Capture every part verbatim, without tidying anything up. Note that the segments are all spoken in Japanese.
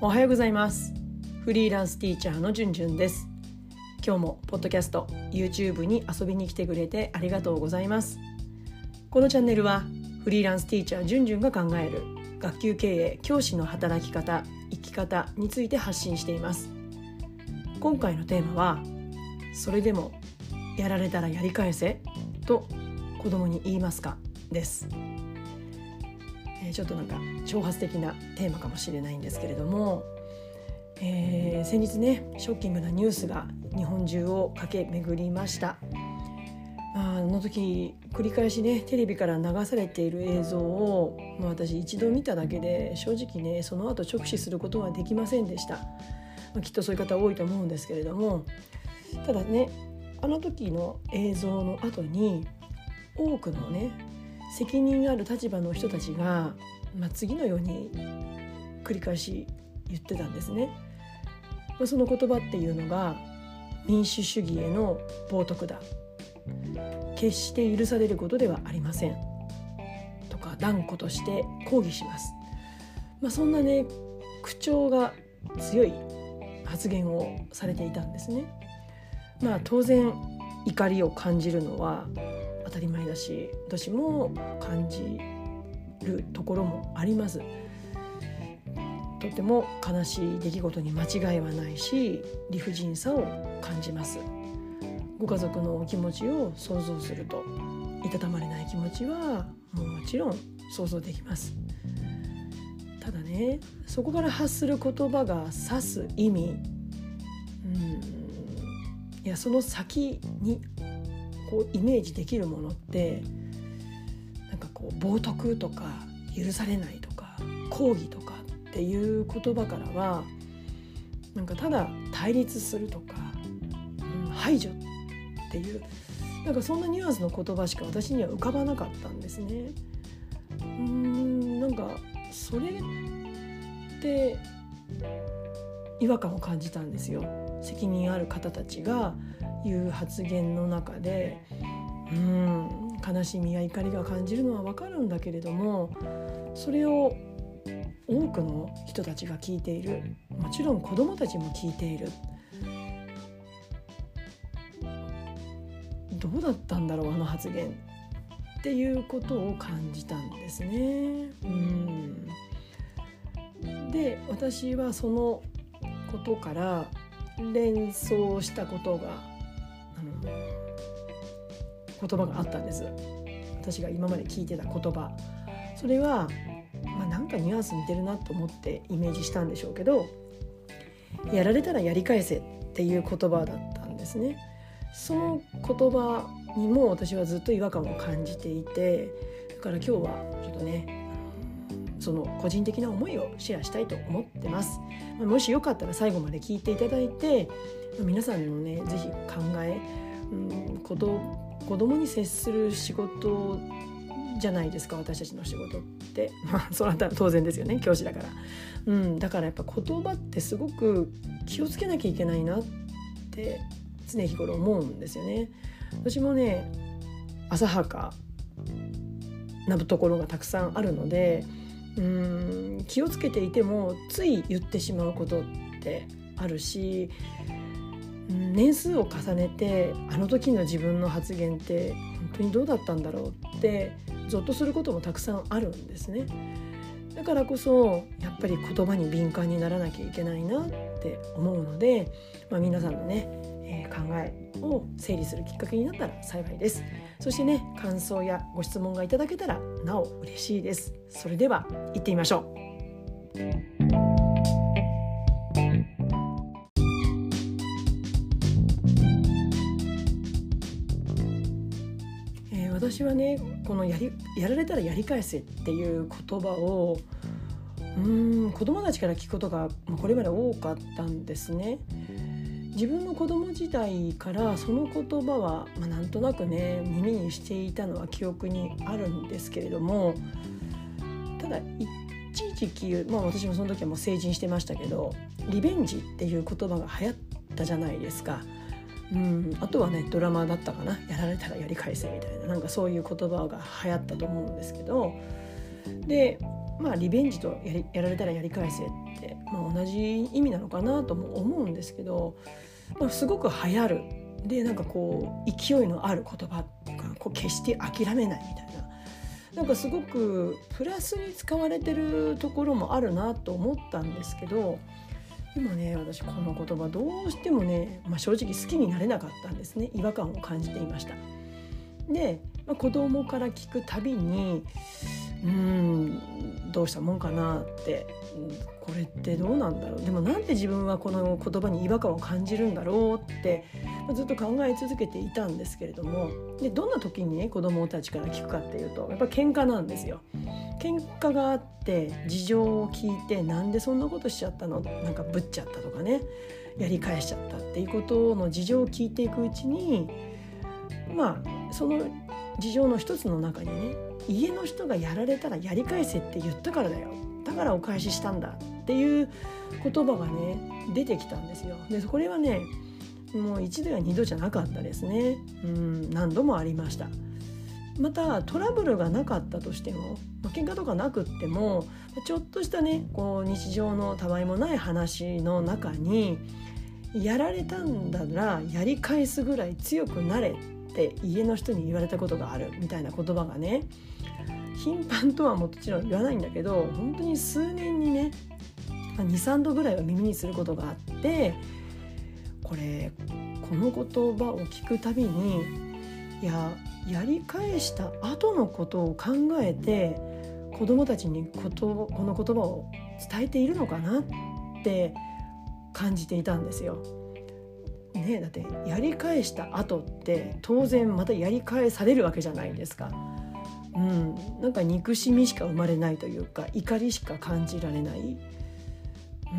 おはようございます。フリーランスティーチャーのじゅんじゅんです。今日もポッドキャスト、YouTube に遊びに来てくれてありがとうございます。このチャンネルはフリーランスティーチャーじゅんじゅんが考える学級経営、教師の働き方、生き方について発信しています。今回のテーマは、それでもやられたらやり返せと子供に言いますかです。ちょっとなんか挑発的なテーマかもしれないんですけれども、えー、先日ねショッキングなニュースが日本中を駆け巡りました。あの時繰り返しねテレビから流されている映像を、まあ、私一度見ただけで正直ねその後直視することはできませんでした。まあ、きっとそういう方多いと思うんですけれども、ただねあの時の映像の後に多くのね責任ある立場の人たちが、まあ、次のように繰り返し言ってたんですね。その言葉っていうのが、民主主義への冒涜だ、決して許されることではありませんとか、断固として抗議します、まあ、そんなね口調が強い発言をされていたんですね。まあ当然怒りを感じるのは当たり前だし、私も感じるところもあります。とても悲しい出来事に間違いはないし、理不尽さを感じます。ご家族のお気持ちを想像すると、いたたまれない気持ちはもちろん想像できます。ただね、そこから発する言葉が指す意味、うんいやその先にこうイメージできるものって、なんかこう冒涜とか許されないとか抗議とかっていう言葉からは、なんかただ対立するとか、うん、排除っていう、なんかそんなニュアンスの言葉しか私には浮かばなかったんですね。うーんなんかそれって違和感を感じたんですよ。責任ある方たちが言う発言の中で、うーん悲しみや怒りが感じるのは分かるんだけれども、それを多くの人たちが聞いている、もちろん子どもたちも聞いている。どうだったんだろうあの発言っていうことを感じたんですね。うんで私はそのことから連想したことが、あの言葉があったんです。私が今まで聞いてた言葉、それは、まあ、なんかニュアンス似てるなと思ってイメージしたんでしょうけど、やられたらやり返せっていう言葉だったんですね。その言葉にも私はずっと違和感を感じていて、だから今日はちょっとねその個人的な思いをシェアしたいと思ってます。もしよかったら最後まで聞いていただいて、皆さんのねぜひ考え、うん、子ど子供に接する仕事じゃないですか、私たちの仕事って。まあそれは当然ですよね、教師だから、うん、だからやっぱ言葉ってすごく気をつけなきゃいけないなって常日頃思うんですよね。私もね浅はかなところがたくさんあるので、うーん気をつけていてもつい言ってしまうことってあるし、年数を重ねてあの時の自分の発言って本当にどうだったんだろうってゾッとすることもたくさんあるんですね。だからこそやっぱり言葉に敏感にならなきゃいけないなって思うので、まあ、皆さんのね、えー、考えを整理するきっかけになったら幸いです。そしてね感想やご質問がいただけたらなお嬉しいです。それでは行ってみましょう。私はねこのやり、やられたらやり返せっていう言葉をうーん子供たちから聞くことがこれまで多かったんですね。自分の子供時代からその言葉は、まあ、なんとなくね耳にしていたのは記憶にあるんですけれども、ただ一時期、まあ、私もその時はもう成人してましたけど、リベンジっていう言葉が流行ったじゃないですか。うん、あとはねドラマだったかな、やられたらやり返せみたいな、なんかそういう言葉が流行ったと思うんですけど、でまあリベンジとやり、やられたらやり返せって、まあ、同じ意味なのかなとも思うんですけど、まあ、すごく流行るでなんかこう勢いのある言葉っていうかこう決して諦めないみたいな、なんかすごくプラスに使われてるところもあるなと思ったんですけど、今ね私この言葉どうしてもね、まあ、正直好きになれなかったんですね。違和感を感じていました。で、まあ、子供から聞くたびにうーんどうしたもんかなって、これってどうなんだろう、でもなんで自分はこの言葉に違和感を感じるんだろうってずっと考え続けていたんですけれども、でどんな時にね子供たちから聞くかっていうとやっぱ喧嘩なんですよ。喧嘩があって事情を聞いてなんでそんなことしちゃったの、なんかぶっちゃったとかね、やり返しちゃったっていうことの事情を聞いていくうちに、まあその事情の一つの中にね、家の人がやられたらやり返せって言ったからだよ、だからお返ししたんだっていう言葉がね出てきたんですよ。でこれはねもう一度や二度じゃなかったですね。うん何度もありました。またトラブルがなかったとしても、まあ、喧嘩とかなくってもちょっとしたねこう日常のたわいもない話の中にやられたんだらやり返すぐらい強くなれって家の人に言われたことがあるみたいな言葉がね、頻繁とはもちろん言わないんだけど本当に数年にね に,さん 度ぐらいは耳にすることがあって、これこの言葉を聞くたびにいややり返した後のことを考えて子どもたちにことこの言葉を伝えているのかなって感じていたんですよ。ね、だってやり返した後って当然またやり返されるわけじゃないですか。うん、なんか憎しみしか生まれないというか怒りしか感じられない。うん、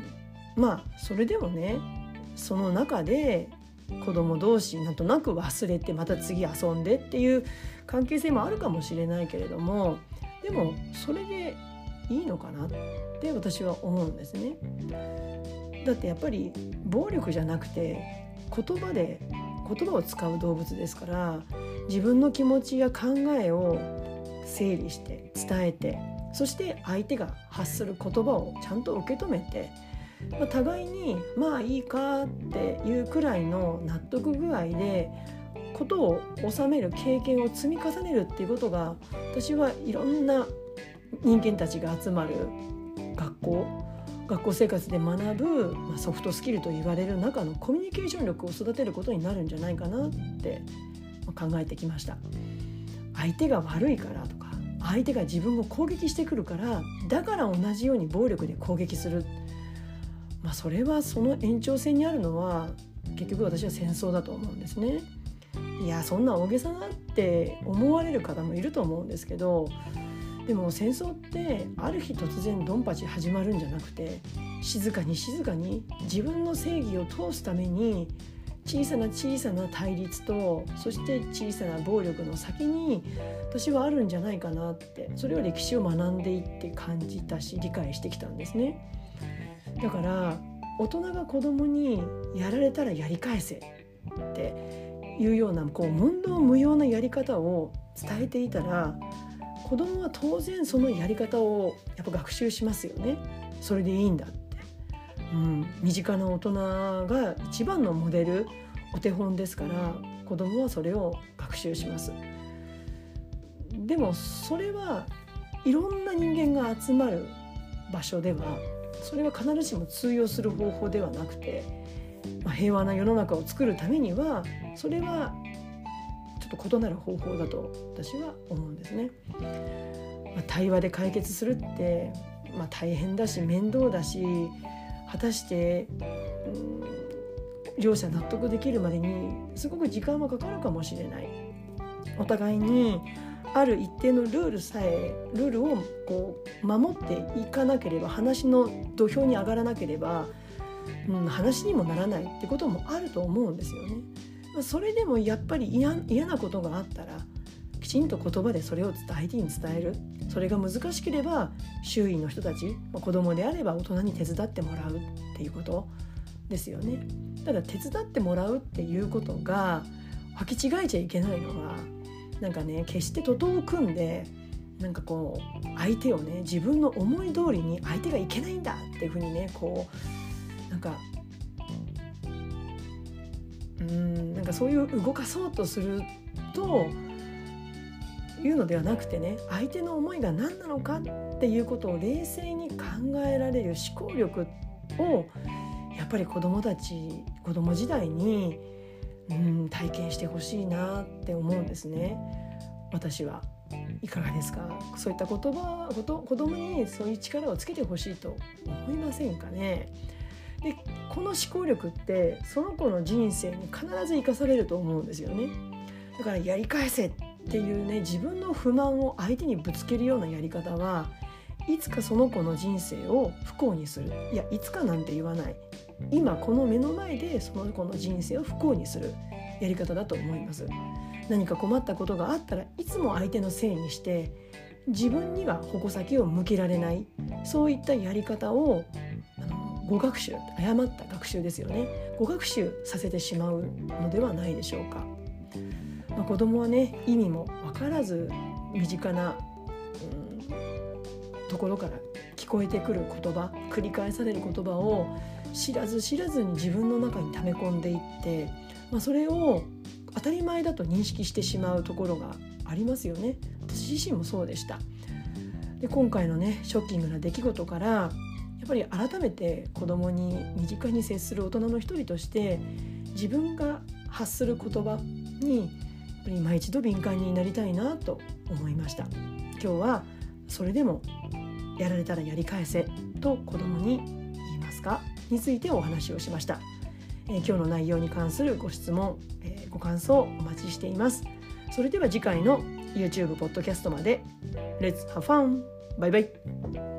まあそれでもねその中で子供同士なんとなく忘れてまた次遊んでっていう関係性もあるかもしれないけれども、でもそれでいいのかなって私は思うんですね。だってやっぱり暴力じゃなくて言葉で言葉を使う動物ですから、自分の気持ちや考えを整理して伝えて、そして相手が発する言葉をちゃんと受け止めて、まあ、互いにまあいいかっていうくらいの納得具合でことを収める経験を積み重ねるっていうことが、私はいろんな人間たちが集まる学校学校生活で学ぶ、まあ、ソフトスキルと言われる中のコミュニケーション力を育てることになるんじゃないかなって考えてきました。相手が悪いからとか相手が自分を攻撃してくるからだから同じように暴力で攻撃する、まあ、それはその延長線にあるのは結局私は戦争だと思うんですね。いやそんな大げさなって思われる方もいると思うんですけど、でも戦争ってある日突然ドンパチ始まるんじゃなくて、静かに静かに自分の正義を通すために小さな小さな対立とそして小さな暴力の先に私はあるんじゃないかなって、それを歴史を学んでいって感じたし理解してきたんですね。だから大人が子供にやられたらやり返せっていうようなこう問答無用なやり方を伝えていたら、子供は当然そのやり方をやっぱ学習しますよね。それでいいんだって、うん、身近な大人が一番のモデルお手本ですから、子供はそれを学習します。でもそれはいろんな人間が集まる場所ではそれは必ずしも通用する方法ではなくて、まあ、平和な世の中を作るためにはそれはちょっと異なる方法だと私は思うんですね。まあ、対話で解決するって、まあ、大変だし面倒だし、果たして、うん、両者納得できるまでにすごく時間はかかるかもしれない。お互いにある一定のルールさえルールをこう守っていかなければ、話の土俵に上がらなければ、うん、話にもならないってこともあると思うんですよね。それでもやっぱり 嫌, 嫌なことがあったらきちんと言葉でそれを相手に伝える。それが難しければ周囲の人たち、子供であれば大人に手伝ってもらうっていうことですよね。ただ手伝ってもらうっていうことが履き違えちゃいけないのは、なんかね決して徒党を組んで、 なんかこう相手をね自分の思い通りに相手がいけないんだっていうふうにねこうなんかうーんなんかそういう動かそうとするというのではなくてね、相手の思いが何なのかっていうことを冷静に考えられる思考力をやっぱり子どもたち子ども時代にうん体験してほしいなって思うんですね。私はいかがですか？そういった言葉こと子どもにそういう力をつけてほしいと思いませんかね。でこの思考力ってその子の人生に必ず生かされると思うんですよね。だからやり返せっていうね自分の不満を相手にぶつけるようなやり方はいつかその子の人生を不幸にする。いやいつかなんて言わない、今この目の前でその子の人生を不幸にするやり方だと思います。何か困ったことがあったらいつも相手のせいにして自分には矛先を向けられない、そういったやり方をあの誤学習、誤った学習ですよね、誤学習させてしまうのではないでしょうか。まあ、子供はね意味も分からず身近な、うん、ところから聞こえてくる言葉、繰り返される言葉を知らず知らずに自分の中に溜め込んでいって、まあ、それを当たり前だと認識してしまうところがありますよね。私自身もそうでした。で今回のねショッキングな出来事からやっぱり改めて子供に身近に接する大人の一人として自分が発する言葉にやっぱり今一度敏感になりたいなと思いました。今日はそれでもやられたらやり返せと子供に言いますかについてお話をしました。えー、今日の内容に関するご質問、えー、ご感想お待ちしています。それでは次回の YouTube ポッドキャストまで Let's have fun! バイバイ。